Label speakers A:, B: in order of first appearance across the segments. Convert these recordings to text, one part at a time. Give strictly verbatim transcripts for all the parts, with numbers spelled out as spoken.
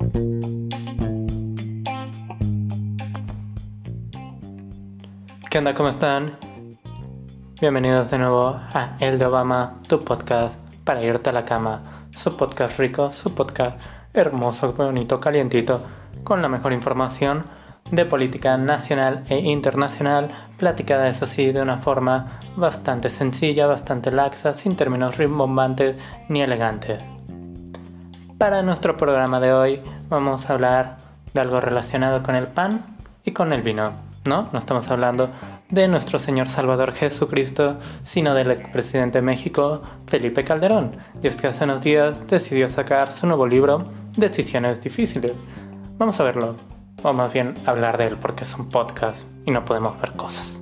A: ¿Qué onda? ¿Cómo están? Bienvenidos de nuevo a El de Obama, tu podcast para irte a la cama. Su podcast rico, su podcast hermoso, bonito, calientito, con la mejor información de política nacional e internacional, platicada eso sí de una forma bastante sencilla, bastante laxa, sin términos rimbombantes ni elegantes. Para nuestro programa de hoy vamos a hablar de algo relacionado con el pan y con el vino. No, no estamos hablando de nuestro Señor Salvador Jesucristo, sino del expresidente de México, Felipe Calderón. Y es que hace unos días decidió sacar su nuevo libro, Decisiones Difíciles. Vamos a verlo, o más bien hablar de él, porque es un podcast y no podemos ver cosas.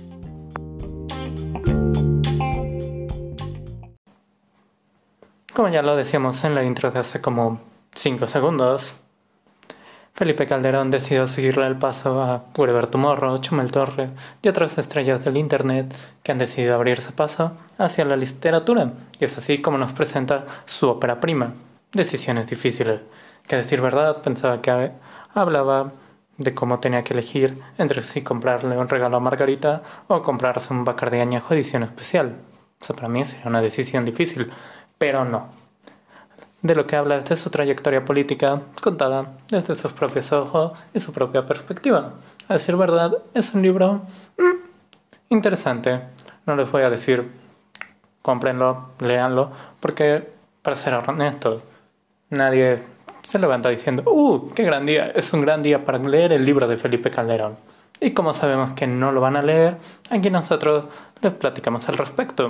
A: Como ya lo decíamos en la intro de hace como cinco segundos, Felipe Calderón decidió seguirle el paso a Wherever Tomorrow, Chumel Torres y otras estrellas del internet que han decidido abrirse paso hacia la literatura, y es así como nos presenta su ópera prima, Decisiones Difíciles, que a decir verdad pensaba que hablaba de cómo tenía que elegir entre si comprarle un regalo a Margarita o comprarse un Bacardi añejo edición especial. Eso para mí sería una decisión difícil, pero no. De lo que habla es de su trayectoria política contada desde sus propios ojos y su propia perspectiva. A decir verdad, es un libro mmm, interesante. No les voy a decir cómprenlo, léanlo, porque para ser honesto, nadie se levanta diciendo ¡Uh, qué gran día! Es un gran día para leer el libro de Felipe Calderón. Y como sabemos que no lo van a leer, aquí nosotros les platicamos al respecto.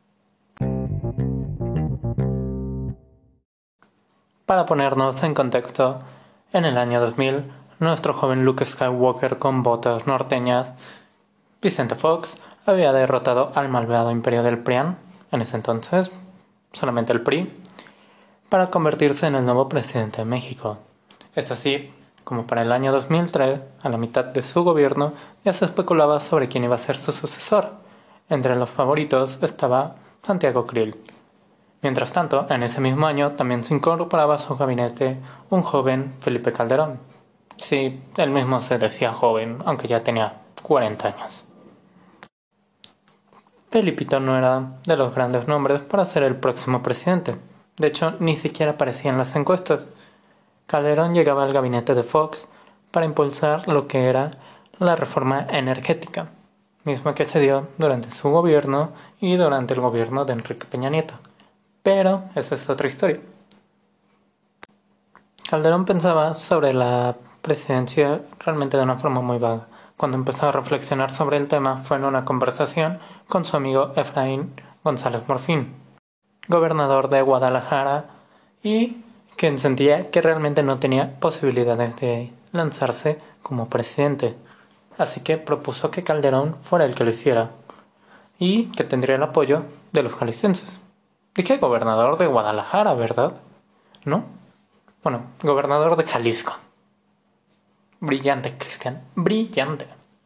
A: Para ponernos en contexto, en el año dos mil, nuestro joven Luke Skywalker con botas norteñas, Vicente Fox, había derrotado al malvado imperio del PRIAN, en ese entonces solamente el P R I, para convertirse en el nuevo presidente de México. Es así como para el año dos mil tres, a la mitad de su gobierno, ya se especulaba sobre quién iba a ser su sucesor. Entre los favoritos estaba Santiago Krill. Mientras tanto, en ese mismo año también se incorporaba a su gabinete un joven Felipe Calderón. Sí, él mismo se decía joven, aunque ya tenía cuarenta años. Felipito no era de los grandes nombres para ser el próximo presidente. De hecho, ni siquiera aparecía en las encuestas. Calderón llegaba al gabinete de Fox para impulsar lo que era la reforma energética, misma que se dio durante su gobierno y durante el gobierno de Enrique Peña Nieto. Pero esa es otra historia. Calderón pensaba sobre la presidencia realmente de una forma muy vaga. Cuando empezó a reflexionar sobre el tema fue en una conversación con su amigo Efraín González Morfín, gobernador de Guadalajara, y quien sentía que realmente no tenía posibilidades de lanzarse como presidente. Así que propuso que Calderón fuera el que lo hiciera y que tendría el apoyo de los jaliscienses. Dije gobernador de Guadalajara, ¿verdad? ¿No? Bueno, gobernador de Jalisco. Brillante, Cristian. Brillante.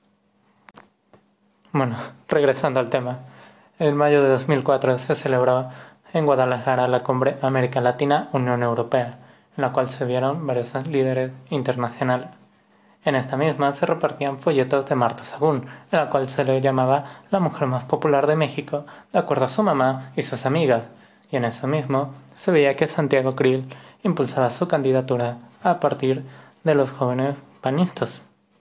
A: Bueno, regresando al tema. En mayo de dos mil cuatro se celebró en Guadalajara la cumbre América Latina Unión Europea, en la cual se vieron varios líderes internacionales. En esta misma se repartían folletos de Marta Sagún, en la cual se le llamaba la mujer más popular de México, de acuerdo a su mamá y sus amigas, y en eso mismo se veía que Santiago Krill impulsaba su candidatura a partir de los jóvenes panistas.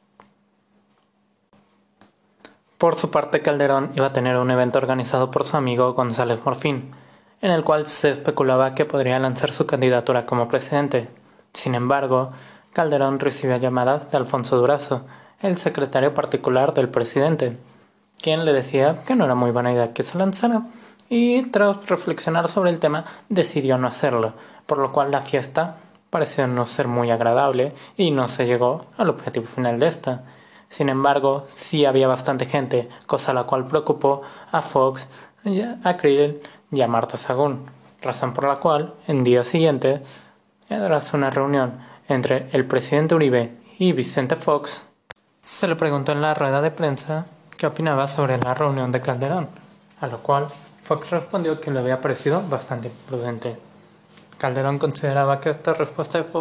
A: Por su parte, Calderón iba a tener un evento organizado por su amigo González Morfín, en el cual se especulaba que podría lanzar su candidatura como presidente. Sin embargo, Calderón recibió llamadas de Alfonso Durazo, el secretario particular del presidente, quien le decía que no era muy buena idea que se lanzara, y tras reflexionar sobre el tema decidió no hacerlo, por lo cual la fiesta pareció no ser muy agradable y no se llegó al objetivo final de esta. Sin embargo, sí había bastante gente, cosa la cual preocupó a Fox, a Krill y a Marta Sagún, razón por la cual, en día siguiente, tras una reunión entre el presidente Uribe y Vicente Fox, se le preguntó en la rueda de prensa qué opinaba sobre la reunión de Calderón, a lo cual Fox respondió que le había parecido bastante imprudente. Calderón consideraba que esta respuesta de Fox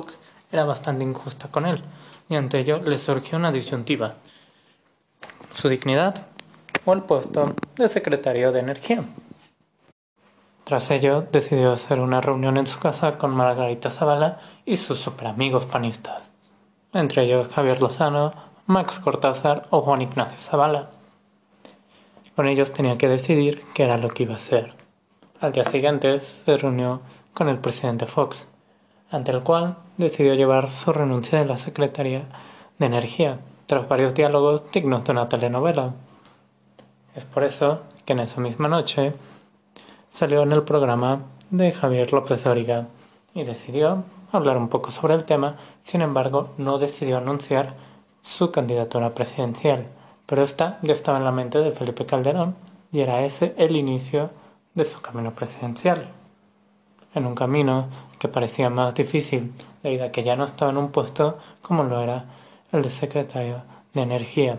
A: era bastante injusta con él, y ante ello le surgió una disyuntiva: su dignidad o el puesto de secretario de Energía. Tras ello, decidió hacer una reunión en su casa con Margarita Zavala y sus superamigos panistas, entre ellos Javier Lozano, Max Cortázar o Juan Ignacio Zavala. Con ellos tenía que decidir qué era lo que iba a hacer. Al día siguiente se reunió con el presidente Fox, ante el cual decidió llevar su renuncia de la Secretaría de Energía, tras varios diálogos dignos de una telenovela. Es por eso que en esa misma noche salió en el programa de Javier López Dóriga y decidió hablar un poco sobre el tema. Sin embargo, no decidió anunciar su candidatura presidencial, pero esta ya estaba en la mente de Felipe Calderón y era ese el inicio de su camino presidencial, en un camino que parecía más difícil debido a que ya no estaba en un puesto como lo era el de secretario de Energía,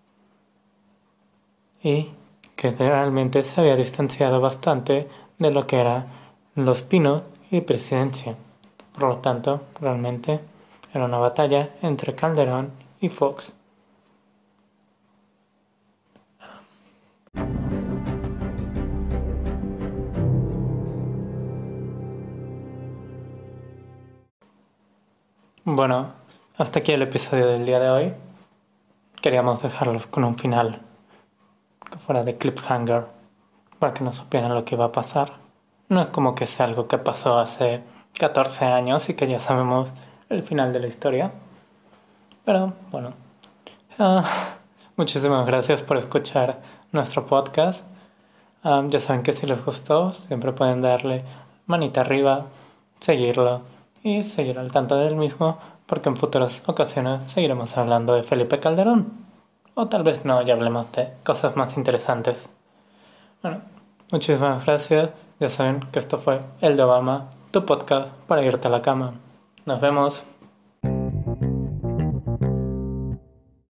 A: y que realmente se había distanciado bastante de lo que eran Los Pinos y presidencia. Por lo tanto, realmente era una batalla entre Calderón y Fox. Bueno, hasta aquí el episodio del día de hoy. Queríamos dejarlos con un final que fuera de cliffhanger, para que no supieran lo que iba a pasar. No es como que sea algo que pasó hace catorce años y que ya sabemos el final de la historia. Pero bueno, uh, muchísimas gracias por escuchar nuestro podcast. Um, ya saben que si les gustó, siempre pueden darle manita arriba, seguirlo y seguir al tanto del mismo, porque en futuras ocasiones seguiremos hablando de Felipe Calderón. O tal vez no, ya hablemos de cosas más interesantes. Bueno, muchísimas gracias. Ya saben que esto fue El de Obama, tu podcast para irte a la cama. Nos vemos.